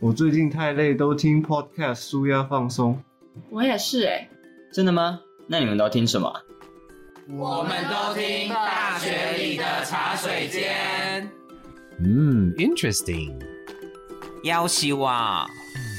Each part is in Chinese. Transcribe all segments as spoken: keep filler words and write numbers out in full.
我最近太累，都听 podcast 舒压放松。 我也是哎、欸。 真的吗？那你们都听什么？ 我们都听大学里的茶水间。 嗯 ，interesting。 要死我！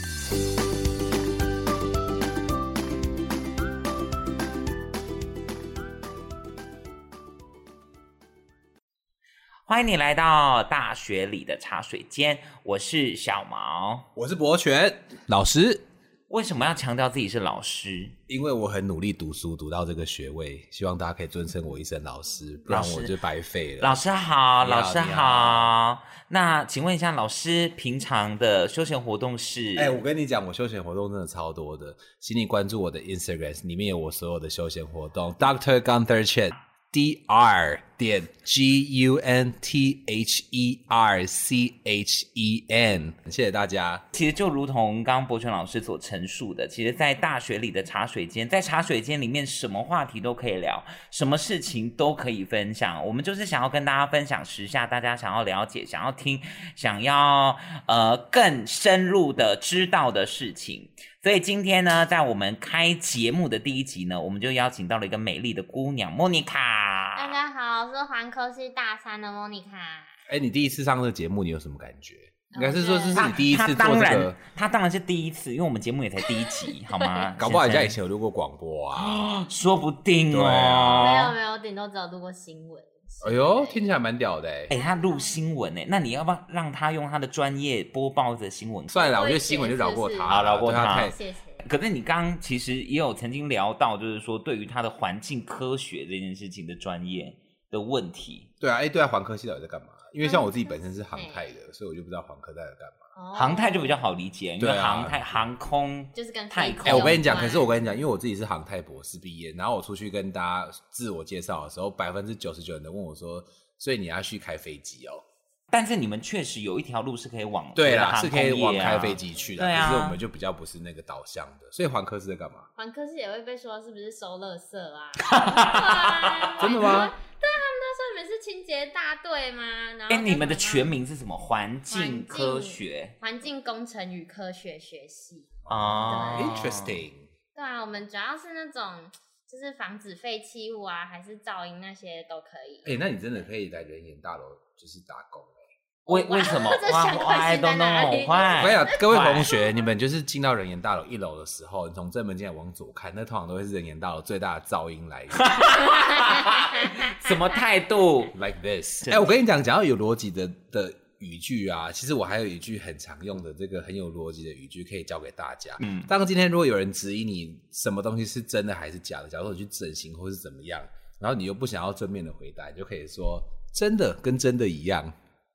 欢迎你来到大学里的茶水间，我是小毛， 我是博全老师。 为什么要强调自己是老师？ 因为我很努力读书，读到这个学位，希望大家可以尊称我一声老师，不然我就白费了。 老师好，老师好。那请问一下，老师平常的休闲活动是？ 哎、欸，我跟你讲，我休闲活动真的超多的，请你关注我的 Instagram， 里面有我所有的休闲活动 ，Doctor Gunther Chen。D R 点 G U N T H E R C H E N， 谢谢大家。 其实就如同刚刚博全老师所陈述的，其实在大学里的茶水间，在茶水间里面什么话题都可以聊，什么事情都可以分享。我们就是想要跟大家分享时下大家想要了解、想要听、想要呃更深入的知道的事情。所以今天呢，在我们开节目的第一集呢，我们就邀请到了一个美丽的姑娘莫妮卡。 大家好，我是环科系大三的莫妮卡。 哎，你第一次上这个节目，你有什么感觉？应该是说这是你第一次做这个。 他当然，他当然是第一次，因为我们节目也才第一集，好吗？ 搞不好人家以前有录过广播啊， 说不定哦。 啊、没有没有，我顶多只有录过新闻。 哎呦，听起来蛮屌的哎！ 哎，他录新闻哎，那你要不要让他用他的专业播报的新闻？ 算了，我觉得新闻就饶过他， 好饶过他。 谢谢。 可是你刚刚其实也有曾经聊到，就是说对于他的环境科学这件事情的专业的问题。 对啊，哎，对啊，环科系到底在干嘛？因为像我自己本身是航太的，所以我就不知道环科在干嘛。 航太就比较好理解，因为航太、啊、航空就是跟太空。 哎，我跟你讲，可是我跟你讲，因为我自己是航太博士毕业，然后我出去跟大家自我介绍的时候，百分之九十九人都问我说：“所以你要去开飞机哦？” 但是你们确实有一条路是可以往对啦， 啊、 是可以往开飞机去的， 对啊。 可是我们就比较不是那个导向的，所以环科是在干嘛？ 环科是也会被说是不是收垃圾啊？ 真的吗？ 对啊，他们都说你们是清洁大队吗？然后哎，你们的全名是什么？环境科学、 环境工程与科学学系啊、 oh, ，interesting。 对啊，我们主要是那种就是防止废弃物啊，还是噪音那些都可以。 哎，那你真的可以来人研大楼就是打工。 为为什么？ 这想法是在哪里？ 我跟你讲，各位同学，你们就是进到人研大楼一楼的时候，你从正门进来往左看，那通常都会是人研大楼最大的噪音来源。 什么态度 ？Like this？ 哎、欸，我跟你讲，讲到有逻辑的的语句啊，其实我还有一句很常用的这个很有逻辑的语句可以教给大家。嗯，当今天如果有人质疑你什么东西是真的还是假的，假如说你去整形或是怎么样，然后你又不想要正面的回答，你就可以说真的跟真的一样。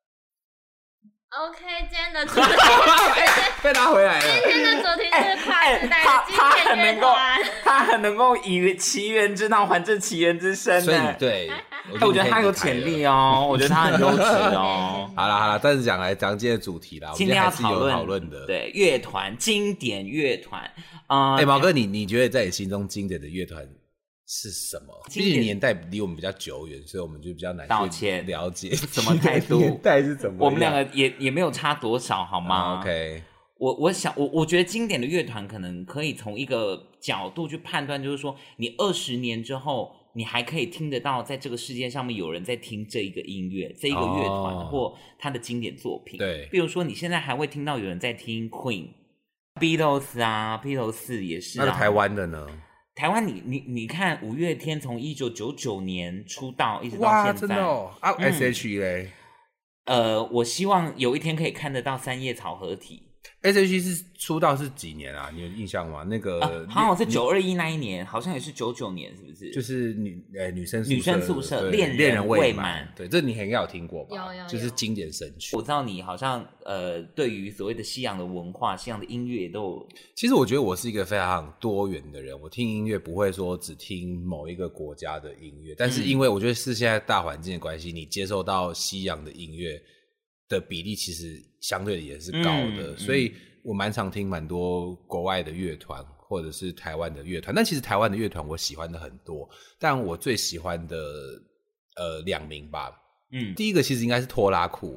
OK， 今天的主题被拉回来了。 今天的主题是跨时代的经典乐团， 他很能够以其人之道还治其人之身。 所以对， 我觉得他有潜力哦，我觉得他很优质哦。 好啦好啦，但是讲来讲今天的主题啦， 今天要讨论讨论的， 对乐团经典乐团啊。哎、 呃，毛哥，你你觉得在你心中经典的乐团是什么？毕竟年代离我们比较久远，所以我们就比较难去了解什么态度。 年代是怎么？ 我们两个也也没有差多少，好吗、 uh, ？OK， 我我想我我觉得经典的乐团可能可以从一个角度去判断，就是说你二十年之后，你还可以听得到，在这个世界上面有人在听这一个音乐、这一个乐团、oh, 或他的经典作品。 对， 比如说你现在还会听到有人在听 Queen、Beatles 啊 ，Beatles 也是、啊。 那台湾的呢？ 台湾你，你你你看，五月天从一九九九年出道一直到现在， 真的哦啊、嗯、！S H E 嘞？ 呃，我希望有一天可以看得到三叶草合体。 S H E 是出道是几年啊？你有印象吗？那个、 呃、好像是九二一那一年，好像也是九九年，是不是？ 就是女呃女生女生宿舍恋恋人未满， 对，这你应该有听过吧？ 有有有， 就是经典神曲。 我知道你好像呃，对于所谓的西洋的文化、西洋的音乐都有。 其实我觉得我是一个非常多元的人，我听音乐不会说只听某一个国家的音乐，但是因为我觉得是现在大环境的关系，你接受到西洋的音乐的比例其实相对的也是高的，嗯、所以我蛮常听蛮多国外的乐团或者是台湾的乐团，但其实台湾的乐团我喜欢的很多，但我最喜欢的呃两名吧，嗯，第一个其实应该是拖拉库诶、欸。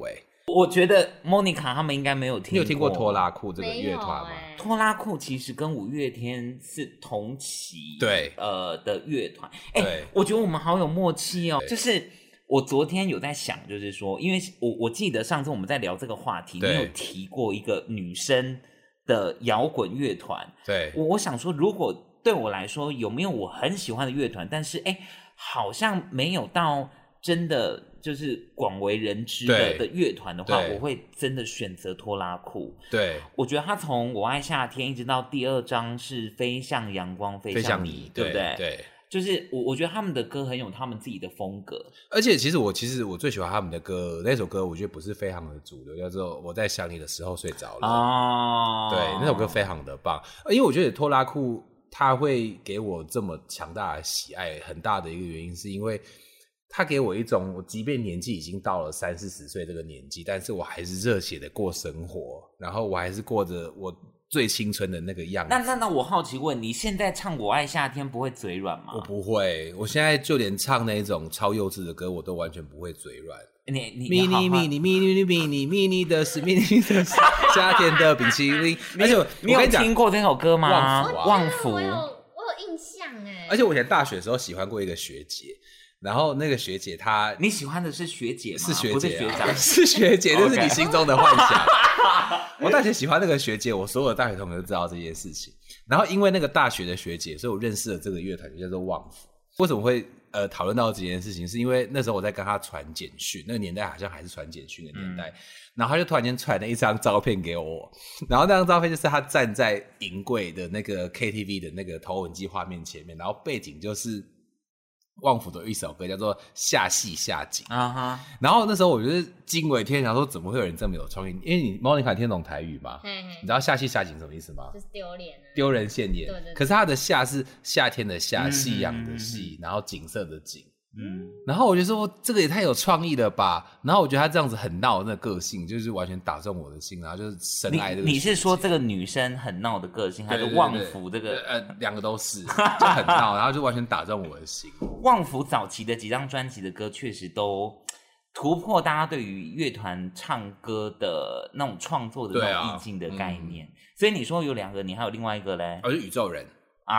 我觉得 Monica 他们应该没有听过。 你有听过拖拉库这个乐团吗？ 欸、 拖拉库其实跟五月天是同期对呃的乐团。哎、欸，我觉得我们好有默契哦。就是我昨天有在想，就是说，因为我我记得上次我们在聊这个话题，你有提过一个女生的摇滚乐团。 对， 我我想说，如果对我来说有没有我很喜欢的乐团，但是哎、欸，好像没有到真的就是广为人知的的乐团的话，我会真的选择拖拉库。 对， 我觉得他从我爱夏天一直到第二章是飞向阳光飞向你，对不对？ 对， 就是我我觉得他们的歌很有他们自己的风格。 而且其实我其实我最喜欢他们的歌，那首歌我觉得不是非常的主流，叫做我在想你的时候睡着了。 哦， 对，那首歌非常的棒。因为我觉得拖拉库他会给我这么强大的喜爱，很大的一个原因是因为他给我一种，我即便年纪已经到了三四十岁这个年纪，但是我还是热血的过生活，然后我还是过着我最青春的那个样子。 那那那我好奇问你，现在唱《我爱夏天》不会嘴软吗？ 我不会，我现在就连唱那种超幼稚的歌，我都完全不会嘴软。 你你迷你迷你迷你迷你迷你的是迷你的是夏天的冰淇淋。而且我你有听过这首歌吗？ 旺福、啊， 旺福， 我有我有印象哎。 而且我以前大学的时候喜欢过一个学姐。然后那个学姐她， 你喜欢的是学姐吗？ 是学姐、啊， 不是学长， 是学姐，这是你心中的幻想。我大学喜欢那个学姐，我所有的大学同学都知道这件事情。然后因为那个大学的学姐，所以我认识了这个乐团，就叫做旺福。为什么会呃讨论到这件事情？是因为那时候我在跟她传简讯，那个年代好像还是传简讯的年代。嗯、然后她就突然间传了一张照片给我，然后那张照片就是她站在银柜的那个 K T V 的那个投影机画面前面，然后背景就是旺福的一首歌叫做《下戏下井》啊哈，然后那时候我就是惊为天人，想说怎么会有人这么有创意？因为你 Monica 听懂台语吗？嘿嘿，你知道下戏下井什么意思吗？ 就是丢脸、啊， 丢人现眼。对对对。可是它的夏是夏天的夏，夕阳的夕，然后景色的景。嗯，然后我就说这个也太有创意了吧，然后我觉得他这样子很闹的那个个性就是完全打中我的心，然后就是深爱这个。 你, 你是说这个女生很闹的个性，还是旺福这个？ 呃，两个都是，就很闹，然后就完全打中我的心。 旺福早期的几张专辑的歌确实都突破大家对于乐团唱歌的那种创作的那种意境的概念，啊嗯、所以你说有两个，你还有另外一个嘞？ 哦，是宇宙人。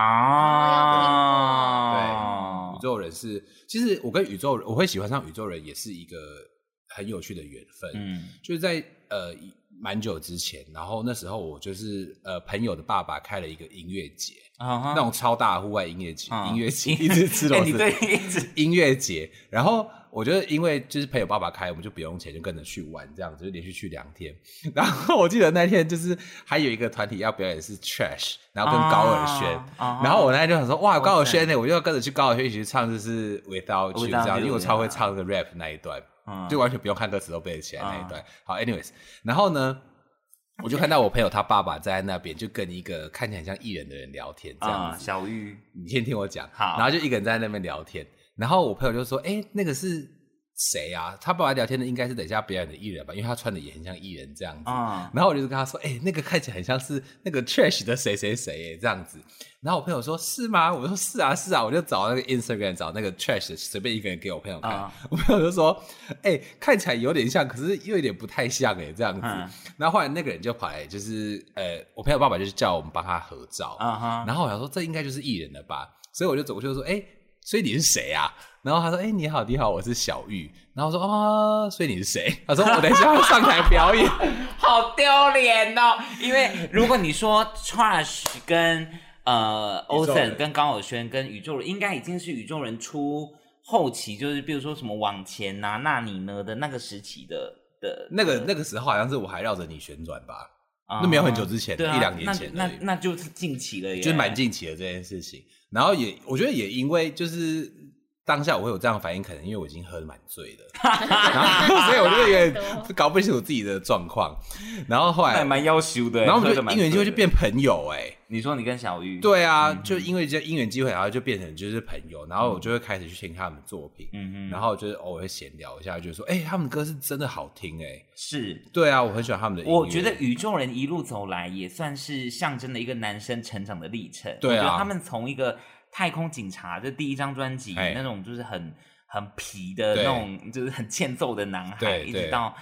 啊， 对，宇宙人是，其实我跟宇宙人，我会喜欢上宇宙人，也是一个很有趣的缘分。嗯，就是在呃蛮久之前，然后那时候我就是呃朋友的爸爸开了一个音乐节，啊、那种超大的户外音乐节，啊、音乐节一直吃螺丝， 对，一直音乐节，然后。我觉得因为就是朋友爸爸开，我们就不用钱，就跟着去玩，这样子就连续去两天。然后我记得那天就是还有一个团体要表演是 Trash， 然后跟高尔宣，啊、然后我那天就想说哇高尔宣呢，我就要跟着去高尔宣一起去唱，就是 Without You 这样，因为我超会唱那个 rap 那一段，嗯、就完全不用看歌词都背得起来那一段。嗯、好 ，anyways， 然后呢，我就看到我朋友他爸爸在那边就跟一个看起来很像艺人的人聊天，这样子。 嗯、小玉， 你先听我讲， 好， 然后就一个人在那边聊天。然后我朋友就说：“哎，那个是谁啊？他爸爸聊天的应该是等一下表演的艺人吧，因为他穿的也很像艺人这样子。嗯”然后我就跟他说：“哎，那个看起来很像是那个 Trash 的谁谁谁这样子。”然后我朋友说：“是吗？”我说：“是啊，是啊。”我就找那个 Instagram 找那个 Trash 随便一个人给我朋友看。嗯、我朋友就说：“哎，看起来有点像，可是又有点不太像哎，这样子。嗯”然后后来那个人就跑来，就是呃，我朋友爸爸就是叫我们帮他合照。嗯、然后我想说这应该就是艺人了吧，所以我就走过去就说：“哎。”所以你是谁啊？然后他说：“哎、欸，你好，你好，我是小玉。”然后我说：“哦，所以你是谁？”他说：“我等一下要上台表演。” 好丢脸哦！因为如果你说 Trash 跟呃 Ocean 跟高尔宣跟宇宙人，应该已经是宇宙人出后期，就是比如说什么往前啊、那你呢的那个时期的的那个那个时候，好像是我还绕着你旋转吧。Uh, 那没有很久之前， 啊、 一两年前那那那就是近期了耶， 就是蛮近期的这件事情。然后也，我觉得也因为就是当下我会有这样的反应，可能因为我已经喝得蛮醉了，然后所以我就有点搞不清楚自己的状况。然后后来还蛮夭寿的， 然后我们就因缘机会就变朋友哎、欸。 你说你跟小玉？ 对啊，嗯、就因为这因缘机会，然后就变成就是朋友，然后我就会开始去听他们的作品，嗯然后就是偶尔会闲聊一下，就说哎、欸，他们的歌是真的好听哎、欸。 是， 对啊，我很喜欢他们的音乐。 我觉得宇宙人一路走来也算是象征了一个男生成长的历程。 对啊， 我觉得他们从一个太空警察这第一张专辑那种就是很很皮的那种，就是很欠揍的男孩，一直到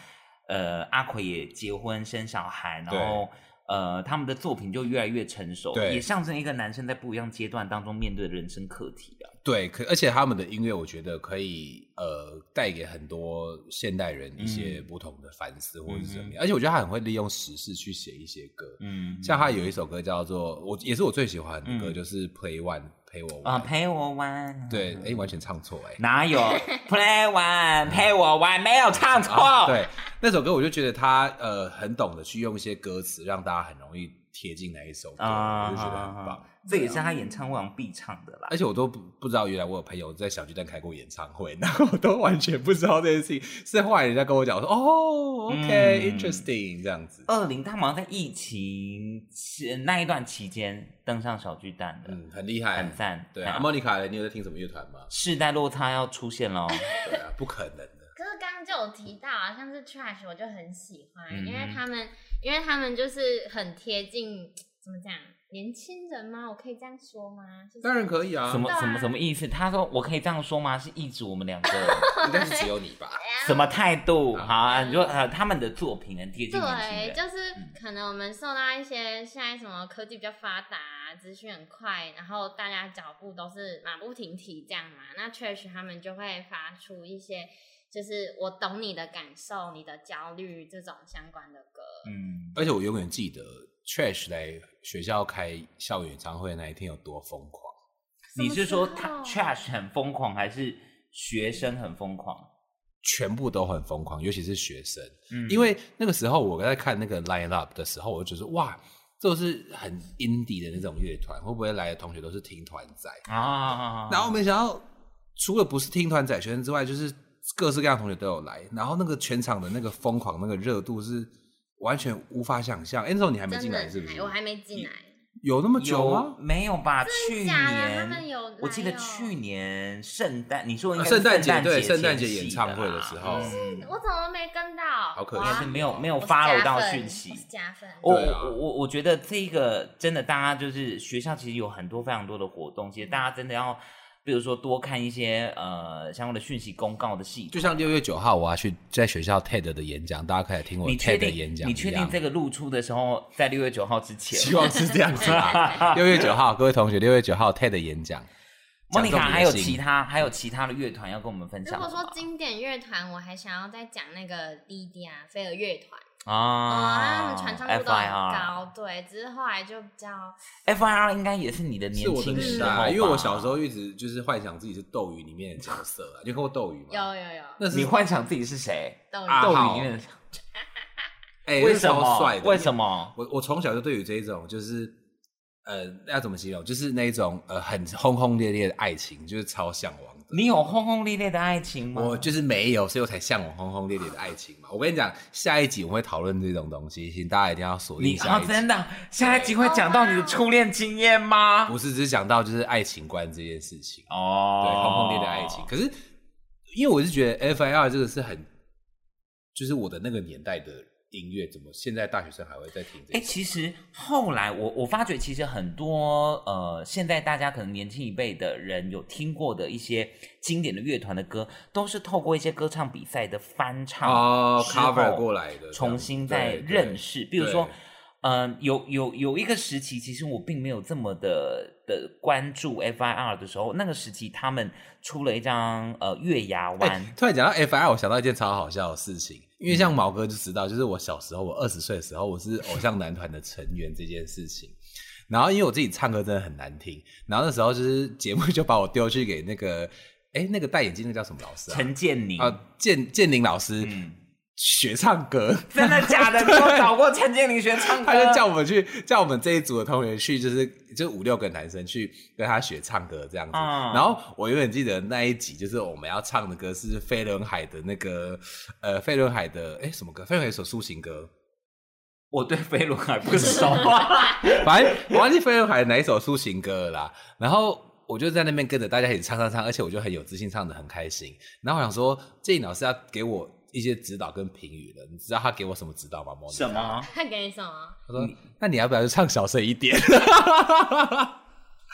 呃阿奎也结婚生小孩，然后呃他们的作品就越来越成熟，也象征一个男生在不一样阶段当中面对的人生课题啊。 对，可而且他们的音乐，我觉得可以呃带给很多现代人一些不同的反思或者是怎么样。嗯、而且我觉得他很会利用时事去写一些歌，嗯，像他有一首歌叫做我也是我最喜欢的歌，嗯、就是 Play One 陪我玩啊， 陪我玩。 对，哎，完全唱错哎， 哪有 Play One 陪我玩没有唱错？ 啊、对，那首歌我就觉得他呃很懂得去用一些歌词，让大家很容易贴近那一首歌，啊、我就觉得很棒。 这也是他演唱会上必唱的啦， 而且我都不不知道，原来我有朋友在小巨蛋开过演唱会，然后我都完全不知道这件事情。是后来人家跟我讲说，哦 ，OK，interesting、嗯、这样子。 二零他好像在疫情那一段期间登上小巨蛋的， 嗯，很厉害， 很赞。 对啊，莫妮卡，你有在听什么乐团吗？ 世代落差要出现咯。 对啊，不可能的。 可是刚刚就有提到啊，像是 Trash 我就很喜欢，嗯、因为他们因为他们就是很贴近，怎么讲？年轻人吗？我可以这样说吗？就是、 当然可以啊。 什么什么什么意思？他说我可以这样说吗？是意指我们两个？ 应该是只有你吧？ 什么态度？好啊，你说呃，他们的作品很贴近年轻人。 对，就是可能我们受到一些现在什么科技比较发达、啊，资讯很快，然后大家脚步都是马不停蹄这样嘛。那 Trash 他们就会发出一些，就是我懂你的感受、你的焦虑这种相关的歌。 嗯，而且我永远记得。Trash 来学校开校园演唱会那一天有多疯狂？ 你是说他 Trash 很疯狂，还是学生很疯狂？ 全部都很疯狂，尤其是学生。嗯，因为那个时候我在看那个 line up 的时候，我就觉得哇，这都是很 indie 的那种乐团，会不会来的同学都是听团仔啊？然后没想到，除了不是听团仔学生之外，就是各式各样的同学都有来，然后那个全场的那个疯狂、那个热度是。完全无法想象，哎、欸，那时候你还没进来是不是？ 我还没进来， 有那么久吗？ 没有吧？去年他们有， 我记得去年圣诞，你说应该圣诞节对圣诞节演唱会的时候， 嗯、我怎么没跟到？ 好可惜， 是没有没有 follow 到讯息， 加分。 我我我我觉得这个真的，大家就是学校其实有很多非常多的活动，其实大家真的要。比如说多看一些呃相关的讯息公告的系统， 就像六月九号我要去在学校 T E D 的演讲，大家可以听我 T E D 的演讲。 你确定这个露出的时候在六月九号之前？ 希望是这样子啊。六月九号，各位同学，六月九号 T E D 的演讲。 莫妮卡还有其他还有其他的乐团要跟我们分享。 如果说经典乐团，我还想要再讲那个 D D 啊，飞儿乐团。 啊、 哦，他们传唱度都很高，对，只是后来就比较 F I R 应该也是你的年轻时候吧， 因为我小时候一直就是幻想自己是斗鱼里面的角色啊，你看过斗鱼吗？ 有有有。 那是你幻想自己是谁？ 斗鱼斗鱼里面的。 哎、欸， 为什么？ 帅的为什么？ 我我从小就对于这一种就是呃要怎么形容，就是那一种呃很轰轰烈烈的爱情，就是超向往。 你有轰轰烈烈的爱情吗？ 我就是没有，所以我才向往轰轰烈烈的爱情嘛。我跟你讲，下一集我会讨论这种东西，请大家一定要锁定下一集。 你、哦、真的，下一集会讲到你的初恋经验吗？ 不是，只是讲到就是爱情观这件事情哦。对，轰轰烈烈的爱情。可是，因为我是觉得 F I R 这个是很，就是我的那个年代的。音乐怎么现在大学生还会在听这个？ 哎、欸，其实后来我我发觉，其实很多呃，现在大家可能年轻一辈的人有听过的一些经典的乐团的歌，都是透过一些歌唱比赛的翻唱哦 cover 过来的， 重新再认识。比如说，嗯、呃，有有有一个时期，其实我并没有这么的的关注 F I R 的时候，那个时期他们出了一张呃月牙湾、欸。 突然讲到 F I R， 我想到一件超好笑的事情。因为像毛哥就知道，就是我小时候，我二十岁的时候，我是偶像男团的成员这件事情。然后因为我自己唱歌真的很难听，然后那时候就是节目就把我丢去给那个，哎，那个戴眼镜那个叫什么老师啊？ 陈建宁啊，建建宁老师。嗯，学唱歌， 真的假的？你有找过陈建宁学唱歌？ 他就叫我们去，叫我们这一组的同学去，就是就五六个男生去跟他学唱歌这样子。嗯、然后我永远记得那一集，就是我们要唱的歌是飞轮海的那个呃，飞轮海的哎什么歌？飞轮海有首抒情歌。 我对飞轮海不熟， 反正我忘记飞轮海哪一首抒情歌了啦。然后我就在那边跟着大家一起唱唱唱，而且我就很有自信，唱得很开心。然后我想说，建议老师要给我一些指导跟评语了，你知道他给我什么指导吗？ 什么？ 他给你什么？ 他说：“那你要不要就唱小声一点？”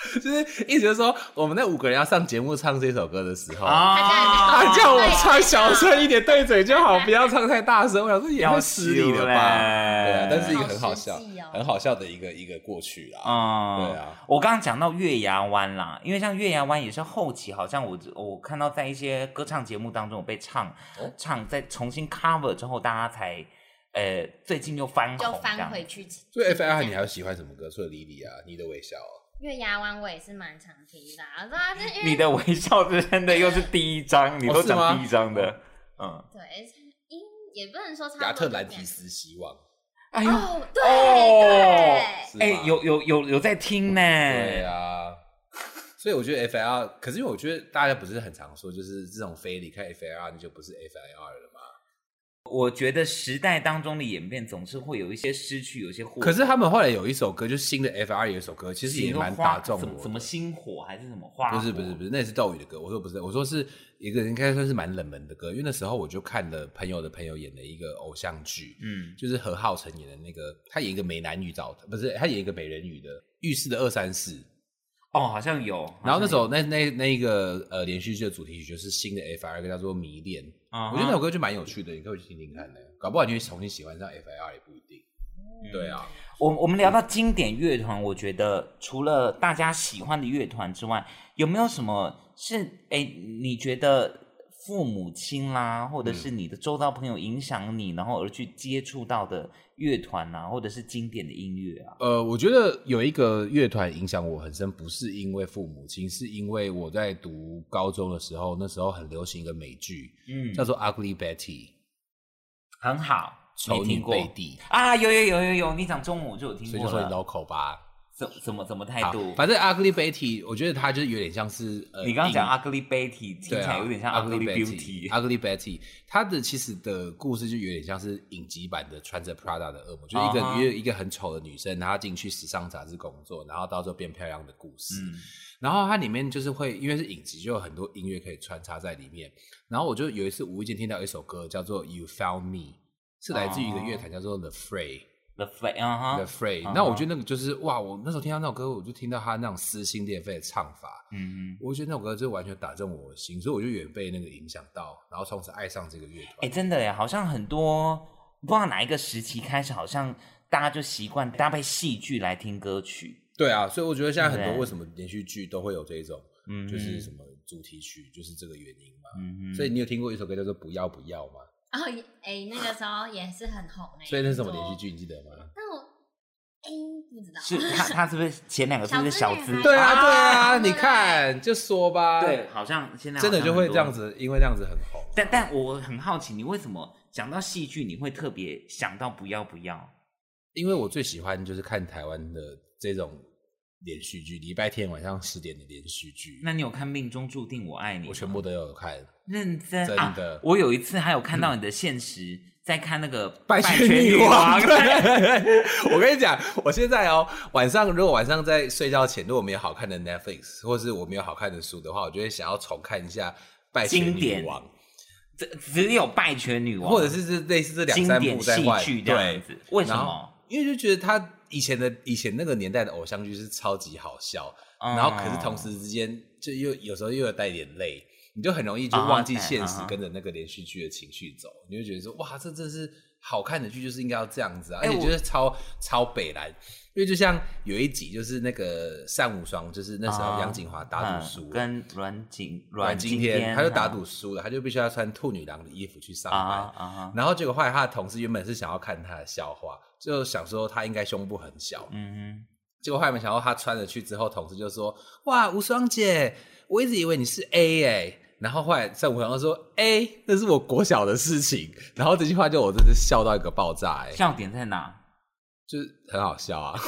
就是意思就是说，我们那五个人要上节目唱这首歌的时候， 啊， 他叫我唱小声一点，对嘴就好，不要唱太大声。我想说也太失礼了吧？对啊，但是一个很好笑、 好实际哦很好笑的一个一个过去啦。 嗯， 对啊， 我刚刚讲到月牙湾啦，因为像月牙湾也是后期，好像我我看到在一些歌唱节目当中有被唱、 哦、 唱，再重新 cover 之后，大家才呃最近又翻红， 就翻回去。 所以 F I R 你还有喜欢什么歌？除了莉莉啊，你的微笑、啊。 月牙湾我也是蛮常听的、啊，对啊，因为你的微笑真的又是第一张，你都讲第一张的， 哦、 嗯， 对，因也不能说差不多。 亚特兰提斯希望， 哎呦， 哦，对哦， 对， 哎，有有有有在听呢， 对啊，所以我觉得 F I R， 可是因为我觉得大家不是很常说，就是这种非离开 F I R 你就不是 F I R 了吗？ 我觉得时代当中的演变总是会有一些失去，有一些获得。 可是他们后来有一首歌，就是新的 F I R 有一首歌，其实也蛮打中我的。 什么星火还是什么花？ 不是不是不是，那也是斗鱼的歌。我说不是，我说是一个应该算是蛮冷门的歌，因为那时候我就看了朋友的朋友演的一个偶像剧，嗯，就是何浩晨演的那个，他演一个美男女澡堂，不是他演一个美人鱼的浴室的二三四。 哦，好像有。 然后那首那那那一个呃连续剧的主题曲就是新的 F I R， 叫做《迷恋》。Uh-huh. 我觉得那首歌就蛮有趣的，你可以去听听看的。搞不好你会重新喜欢上 F I R 也不一定。嗯、对啊， 我我们聊到经典乐团，我觉得除了大家喜欢的乐团之外，有没有什么是哎你觉得父母亲啦，或者是你的周遭朋友影响你，然后而去接触到的乐团啊，或者是经典的音乐啊？ 呃，我觉得有一个乐团影响我很深，不是因为父母亲，是因为我在读高中的时候，那时候很流行一个美剧，嗯，叫做《Ugly Betty》， 很好， 丑女贝蒂啊，有有有有有，你讲中文我就有听过了， 所以就说你 local 吧。 怎怎么怎么态度？ 反正 Ugly Betty， 我觉得它就是有点像是呃， 你刚刚讲 Ugly Betty， 听起来有点像 Ugly Beauty。Ugly Betty， 它的其实的故事就有点像是影集版的穿着 Prada 的恶魔，就是一个、uh-huh. 一个很丑的女生，然后她进去时尚杂志工作，然后到时候变漂亮的故事。嗯、然后它里面就是会因为是影集，就有很多音乐可以穿插在里面。然后我就有一次无意间听到一首歌叫做 You Found Me， 是来自于一个乐团叫做 The Fray。The Fray， The Fray， 那、uh-huh. 我觉得那个就是哇！我那时候听到那首歌，我就听到他那种撕心裂肺的唱法，嗯，我觉得那首歌就完全打中我的心，所以我就也被那个影响到，然后从此爱上这个乐团。 哎、欸，真的耶，好像很多不知道哪一个时期开始，好像大家就习惯搭配戏剧来听歌曲。 对啊，所以我觉得现在很多为什么连续剧都会有这种，嗯，就是什么主题曲，就是这个原因嘛。嗯，所以你有听过一首歌叫做《不要不要》吗？ 哦，哎、欸，那个时候也是很红诶。 所以那是什么连续剧？你记得吗？ 但我哎、欸、不知道。 是他他是不是前两个字是小资？ 对啊对啊，你看就说吧。 对，好像现在真的就会这样子，因为这样子很红。 但但我很好奇，你为什么讲到戏剧，你会特别想到不要不要？ 因为我最喜欢就是看台湾的这种连续剧，礼拜天晚上十点的连续剧。 那你有看《命中注定我爱你》？ 我全部都有看。 认真真的、 啊，我有一次还有看到你的现实，嗯、在看那个《 拜权女王》。我跟你讲，我现在哦，晚上如果晚上在睡觉前，如果没有好看的 Netflix， 或是我没有好看的书的话，我就会想要重看一下《拜权女王》。 这只有《拜权女王》， 或者是这类似这两三部在换， 戏剧这样子。为什么？ 因为就觉得他以前的以前那个年代的偶像剧是超级好笑，嗯、然后可是同时之间就又有时候又有带点累。你就很容易就忘记现实，跟着那个连续剧的情绪走， uh-huh. 你就觉得说哇，这真是好看的剧，就是应该要这样子啊！而且就是超超北蓝，因为就像有一集就是那个单无双，就是那时候杨锦华打赌输， 跟阮景阮经天，他就打赌输了，他就必须要穿兔女郎的衣服去上班， uh-huh. 然后结果后来他的同事原本是想要看他的笑话，就想说他应该胸部很小，嗯哼，结果后来没想到他穿了去之后，同事就说哇，无双姐。我一直以为你是 A 哎、欸，然后后来单无双说 A 那是我国小的事情，然后这句话就我真的笑到一个爆炸哎、欸， 笑点在哪？ 就是很好笑啊。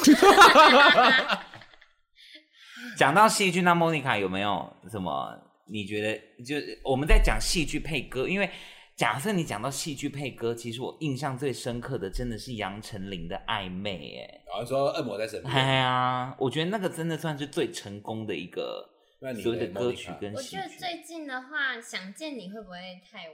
讲到戏剧，那 Monica 有没有什么？你觉得就是我们在讲戏剧配歌，因为假设你讲到戏剧配歌，其实我印象最深刻的真的是杨丞琳的《暧昧》哎， 然后说恶魔在身边， 哎呀，我觉得那个真的算是最成功的一个。所有的歌曲跟戏剧，我觉得最近的话，想见你会不会太晚啊？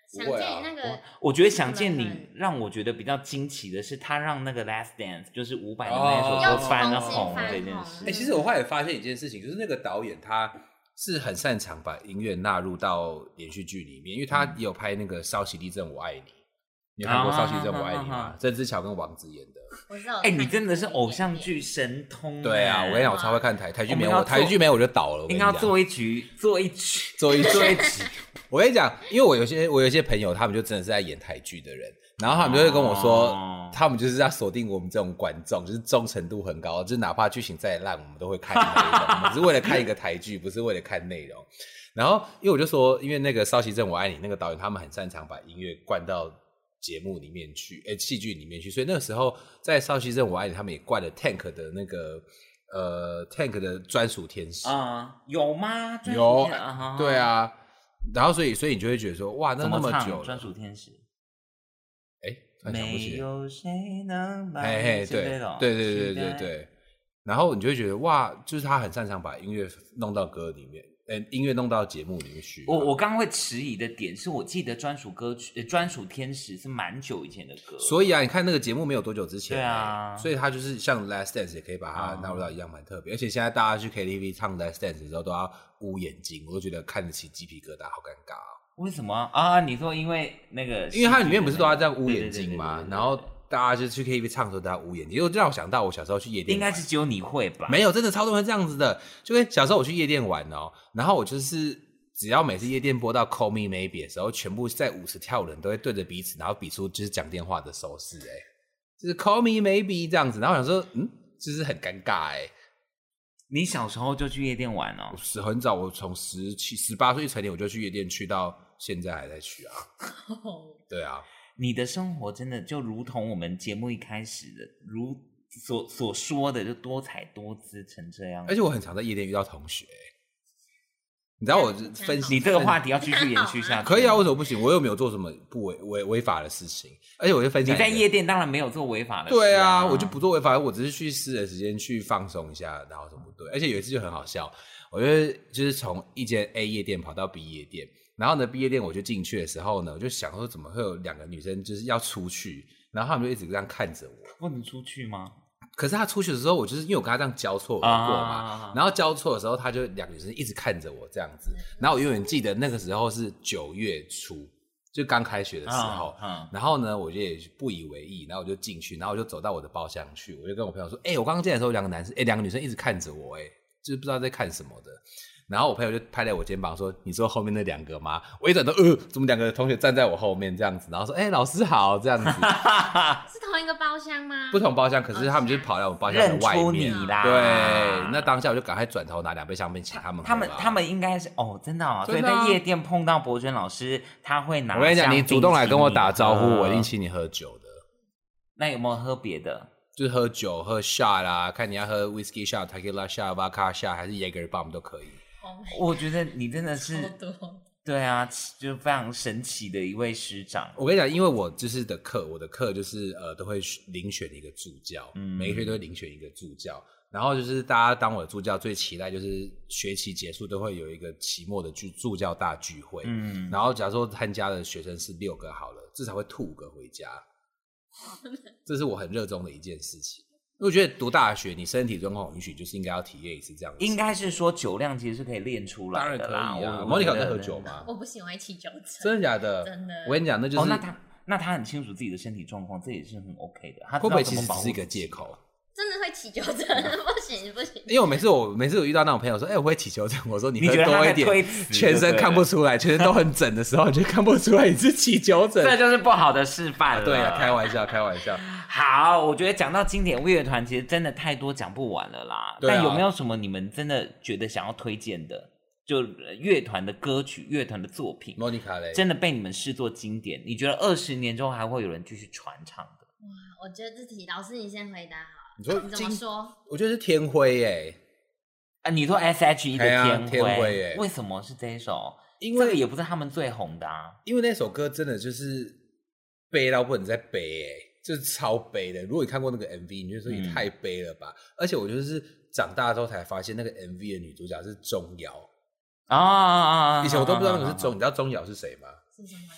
想不会啊见那个， 我觉得想见你真的很让我觉得比较惊奇的是，他让那个 Last Dance 就是伍佰的哦那首又歌翻重新红翻红这件事哎、。其实我后来发现一件事情，就是那个导演他是很擅长把音乐纳入到连续剧里面，因为他也有拍那个《稍息地震我爱你》，你有看过《稍息地震我爱你》吗？ 啊郑智乔跟王子演的。 我是有哎、你看真的是过偶像一点剧神通、 对啊， 哎我跟你讲，我超会看台台剧，没有我我们要做台剧没有我就倒了。我跟应该要你讲做一局，做一局， 做一做一集局。 我跟你讲，因为我有些我有一些朋友，他们就真的是在演台剧的人，然后他们就会跟我说， 哦他们就是要锁定我们这种观众，就是忠诚度很高，就是哪怕剧情再烂，我们都会看那一种。我们是为了看一个台剧，不是为了看内容。然后，因为我就说，因为那个《稍息镇我爱你》那个导演，他们很擅长把音乐灌到节目里面去，诶，戏剧里面去，所以那个时候在《稍息镇我爱你》，他们也灌了 Tank 的那个呃 Tank 的专属天使。 啊、有吗？专属有天啊， 对，啊，然后所以所以你就会觉得说，哇，那怎么唱那么久了专属天使？ 哎，突然想不没起来， 有谁能把嘿嘿， 你对这种对对对期待对对，然后你就会觉得哇，就是他很擅长把音乐弄到歌里面，呃，音乐弄到节目里面去。啊我我刚刚会迟疑的点是我记得专属歌曲、呃专属天使是蛮久以前的歌， 所以啊，你看那个节目没有多久之前， 对啊所以他就是像 Last Dance 也可以把它纳入到一样蛮特别，而且现在大家去 K T V 唱 Last Dance 的时候都要捂眼睛，我都觉得看得起鸡皮疙瘩，好尴尬哦。 为什么啊？你说因为那个， 因为它里面不是都要这样捂眼睛吗？ 对对对对对对对然后大家就去 K T V 唱的时候都要捂眼睛，就让我想到我小时候去夜店玩， 应该是只有你会吧？ 没有，真的超多人这样子的。就跟小时候我去夜店玩哦，然后我就是只要每次夜店播到 Call Me Maybe 的时候，全部在舞池跳舞的人都会对着彼此，然后比出就是讲电话的手势，哎，就是 Call Me Maybe 这样子。然后我想说，嗯，就是很尴尬哎。 你小时候就去夜店玩哦我？是很早，我从十七、十八岁成年我就去夜店，去到现在还在去啊。对啊， 你的生活真的就如同我们节目一开始的，如所所说的，就多彩多姿成这样。 而且我很常在夜店遇到同学。你知道我分析你这个话题要继续延续下去， 可以啊，为什么不行？我又没有做什么不违违违法的事情，而且我就分享一个你在夜店当然没有做违法的事、 对啊，我就不做违法，我只是去私人时间去放松一下，然后什么不对。而且有一次就很好笑，我觉得就是从一间 A 夜店跑到 B 夜店，然后呢 B 夜店我就进去的时候呢，我就想说怎么会有两个女生就是要出去，然后她们就一直这样看着我。 不能出去吗？ 可是她出去的时候，我就是因为我跟她这样交错而过嘛， 啊然后交错的时候，她就两个女生一直看着我这样子，然后我永远记得那个时候是九月初，就刚开学的时候， 嗯嗯然后呢，我就也不以为意，然后我就进去，然后我就走到我的包厢去，我就跟我朋友说：“哎、欸，我刚刚进来的时候，两个男生，哎、欸，两个女生一直看着我、欸，哎，就是不知道在看什么的。”然后我朋友就拍在我肩膀说：“你说后面那两个吗？”我一转头，呃，怎么两个同学站在我后面这样子？然后说：“哎、欸，老师好。”这样子， 是同一个包厢吗？ 不同包厢，可是他们就是跑在我们包厢的认出外面。 你啦。 对，那当下我就赶快转头拿两杯香槟请他们喝啊。 他们他们应该是哦，真的啊、哦，所以真的啊在夜店碰到博轩老师，他会拿。 我跟你讲，你主动来跟我打招呼，我一定请。 请你喝酒的。 那有没有喝别的？ 就是喝酒、喝 shot 啦，看你要喝 whiskey shot、tequila shot、vodka shot 还是 Jaeger bomb 都可以。 我觉得你真的是超多。 对啊，就是非常神奇的一位师长。 我跟你讲，因为我就是的课，我的课就是呃都会遴选一个助教， 嗯每个学期都会遴选一个助教，然后就是大家当我的助教最期待就是学期结束都会有一个期末的助助教大聚会， 嗯， 然后假如说参加的学生是六个好了，至少会吐五个回家，这是我很热衷的一件事情。因为我觉得读大学，你身体状况允许，就是应该要体验一次这样的。 应该是说酒量其实是可以练出当然可来的啦。 以啊。 我莫妮卡在我觉得喝酒吗？ 我不喜欢骑脚车， 真的假的？ 真的我跟你讲，那就是、 哦，那他那他很清楚自己的身体状况，这也是很 OK 的。他知会不会道怎么保护其实只是一个自己借口？ 真的会骑脚车，不行不行。 因为我每次我每次我遇到那种朋友说，哎、欸，我会起球证，我说你喝你觉得他多一点在推辞， 全身看不出来，全身都很整的时候，你就看不出来你是起球证。 这就是不好的示范了。 对啊，开玩笑，开玩笑。 好，我觉得讲到经典乐团，其实真的太多讲不完了啦。 对啊但有没有什么你们真的觉得想要推荐的，就乐团的歌曲、乐团的作品， 莫妮卡嘞， 真的被你们视作经典？你觉得二十年之后还会有人继续传唱的？ 我觉得这题老师你先回答好了。 你说你怎么说？ 我觉得是天灰耶、 啊，你说 S H E 的哎呀天灰， 天灰耶为什么是这一首？ 因为这个也不是他们最红的啊。 因为那首歌真的就是悲到不能再悲哎、就是超悲的。如果你看过那个 M V， 你就说也太悲了吧。嗯、而且我就是长大之后才发现，那个 M V 的女主角是钟瑶啊啊啊！ 以前我都不知道那个是钟，你知道钟瑶是谁吗？ 是什么样的人？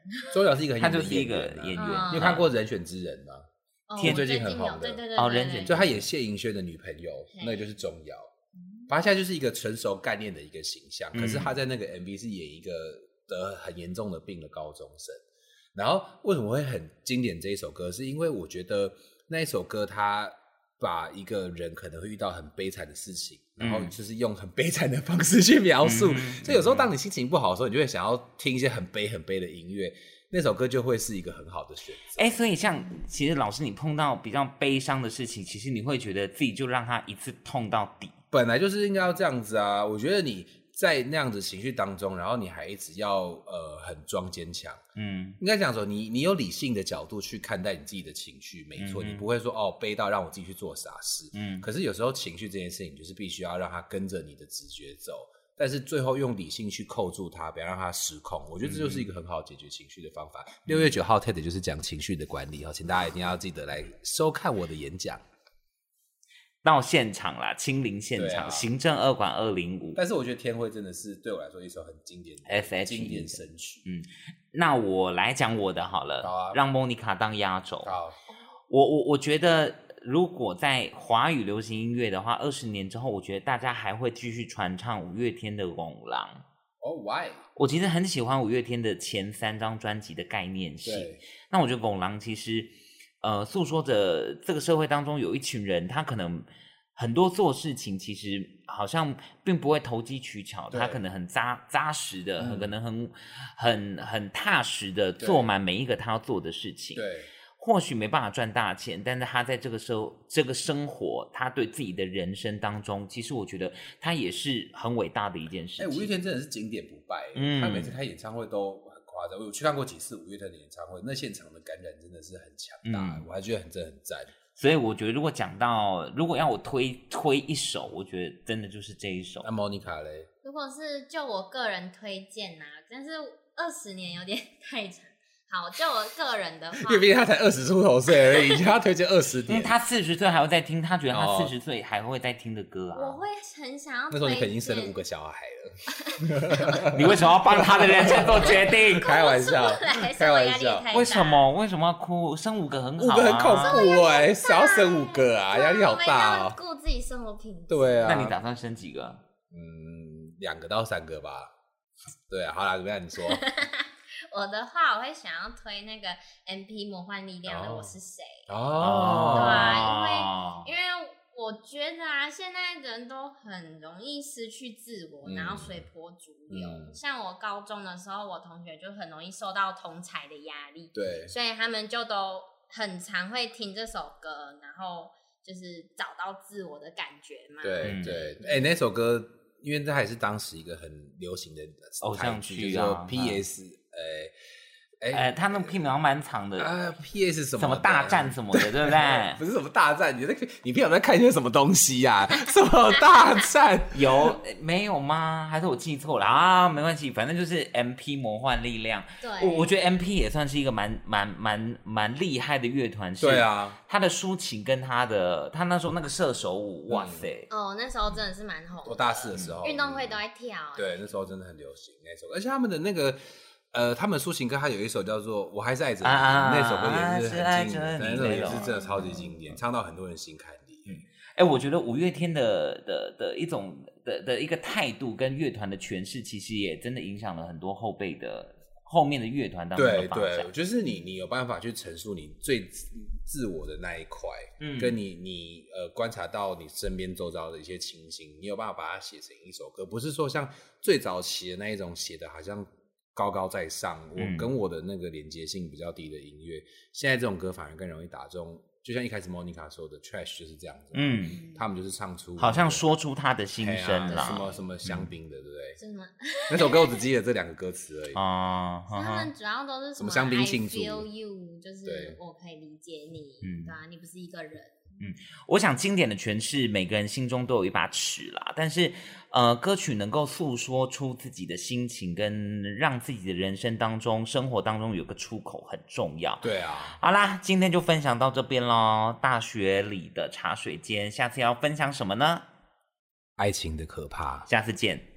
周瑶是一个很他有名的就是一个演员啊演员。 嗯你有看过《人选之人》吗？ 哦天最近我很红的对对对哦对人选就他演谢盈萱的女朋友， 嘿那个就是钟瑶。反正现在就是一个成熟概念的一个形象， 嗯可是他在那个 M V 是演一个得很严重的病的高中生。然后为什么会很经典这一首歌，是因为我觉得那一首歌它把一个人可能会遇到很悲惨的事情，然后就是用很悲惨的方式去描述。 嗯所以有时候当你心情不好的时候，你就会想要听一些很悲很悲的音乐，那首歌就会是一个很好的选择。 哎，所以像其实老师你碰到比较悲伤的事情，其实你会觉得自己就让他一次痛到底。 本来就是应该要这样子啊！我觉得你在那样子情绪当中，然后你还一直要呃很装坚强， 嗯应该讲说你你有理性的角度去看待你自己的情绪，没错， 嗯你不会说哦悲到让我自己去做傻事， 嗯可是有时候情绪这件事情就是必须要让它跟着你的直觉走，但是最后用理性去扣住它，不要让它失控。我觉得这就是一个很好解决情绪的方法。六、月九号 TED 就是讲情绪的管理，请大家一定要记得来收看我的演讲。 到现场啦，亲临现场， 对啊行政二馆二零五。 但是我觉得天灰真的是对我来说一首很经典的 S H E 经典神曲。 嗯，那我来讲我的好了， 好啊让莫妮卡当压轴。 好， 我我我觉得，如果在华语流行音乐的话，二十年之后，我觉得大家还会继续传唱五月天的《拱狼》。 哦、oh, ，Why？ 我其实很喜欢五月天的前三张专辑的概念性。 对， 那我觉得《拱狼》其实，呃，诉说着这个社会当中有一群人，他可能很多做事情其实好像并不会投机取巧， 对他可能很扎扎实的， 嗯很可能很很很踏实的做满每一个他要做的事情。 对， 或许没办法赚大钱，但是他在这个时候这个生活，他对自己的人生当中，其实我觉得他也是很伟大的一件事哎、 情。 五月天真的是经典不败， 嗯他每次开演唱会都很夸张。我有去看过几次五月天的演唱会，那现场的感染真的是很强大， 嗯我还觉得很真的很赞。 所以我觉得，如果讲到，如果要我推推一首，我觉得真的就是这一首。 那 Monica 嘞？ 如果是就我个人推荐呐、但是二十年有点太长。好，就我个人的话， 因为毕竟他才二十出头岁而已，你叫他推荐二十点， 因为他四十岁还会再听，他觉得他哦四十岁还会再听的歌啊。 我会很想要那时候你肯定推荐生了五个小孩了， 你为什么要帮他的人生做决定？ 开玩笑出来， 开玩笑生活压力太大为什么？为什么要哭？生五个很好、啊， 五个很恐怖哎、谁要生五个啊？压力好大哦。 我们要顾自己生活品质。 对啊， 那你打算生几个？ 嗯，两个到三个吧。对啊，好啦，怎么样？你说。 我的话，我会想要推那个 M P 魔幻力量的哦我是谁。 哦， 对啊，因为因为我觉得啊，现在人都很容易失去自我， 嗯然后随波逐流。 嗯像我高中的时候，我同学就很容易受到同侪的压力， 对， 所以他们就都很常会听这首歌，然后就是找到自我的感觉嘛。 嗯对对，哎、那首歌，因为这还是当时一个很流行的偶像台剧剧啊就是说 P S，哎哎呃，他那个片名蛮长的， 啊 P S 什么什么大战什么的，对不对？ 不是什么大战，你在你平常在看些什么东西呀、啊？什么大战？ 有呃没有吗？还是我记错了啊？没关系，反正就是 M P 魔幻力量。 对， 我我觉得 M P 也算是一个蛮蛮蛮蛮厉害的乐团。 对，啊， 他的抒情跟他的他那时候那个射手舞，哇塞！ 哦，那时候真的是蛮红的。 我大四的时候， 运动会都在跳、欸。 对，那时候真的很流行那首歌，而且他们的那个。呃，他们抒情歌，他有一首叫做《我还是爱着你》， 啊那首歌也是很经典， 还是爱着你那首也那种是真的超级经典，唱到很多人心坎里。 哎，我觉得五月天的的的一种的的一个态度跟乐团的诠释，其实也真的影响了很多后辈的后面的乐团当中的对发展。 对，就是你你有办法去陈述你最自我的那一块， 嗯跟你你呃观察到你身边周遭的一些情形，你有办法把它写成一首歌，不是说像最早期的那一种写的好像高高在上， 嗯我跟我的那个连接性比较低的音乐，现在这种歌反而更容易打中。就像一开始 Monica 说的 ，Trash 就是这样子， 嗯， 他们就是唱出好像说出他的心哎呀声啦。 什么什么香槟的，对不对？ 是吗？ 那首歌我只记得这两个歌词而已。 啊， 他们主要都是什么香槟庆祝 I feel you， 就是对我可以理解你， 嗯对啊，你不是一个人。 我想经典的诠释，每个人心中都有一把尺啦。但是，呃，歌曲能够诉说出自己的心情，跟让自己的人生当中、生活当中有个出口很重要。 对啊， 好啦，今天就分享到这边咯。大学里的茶水间，下次要分享什么呢？ 爱情的可怕。 下次见。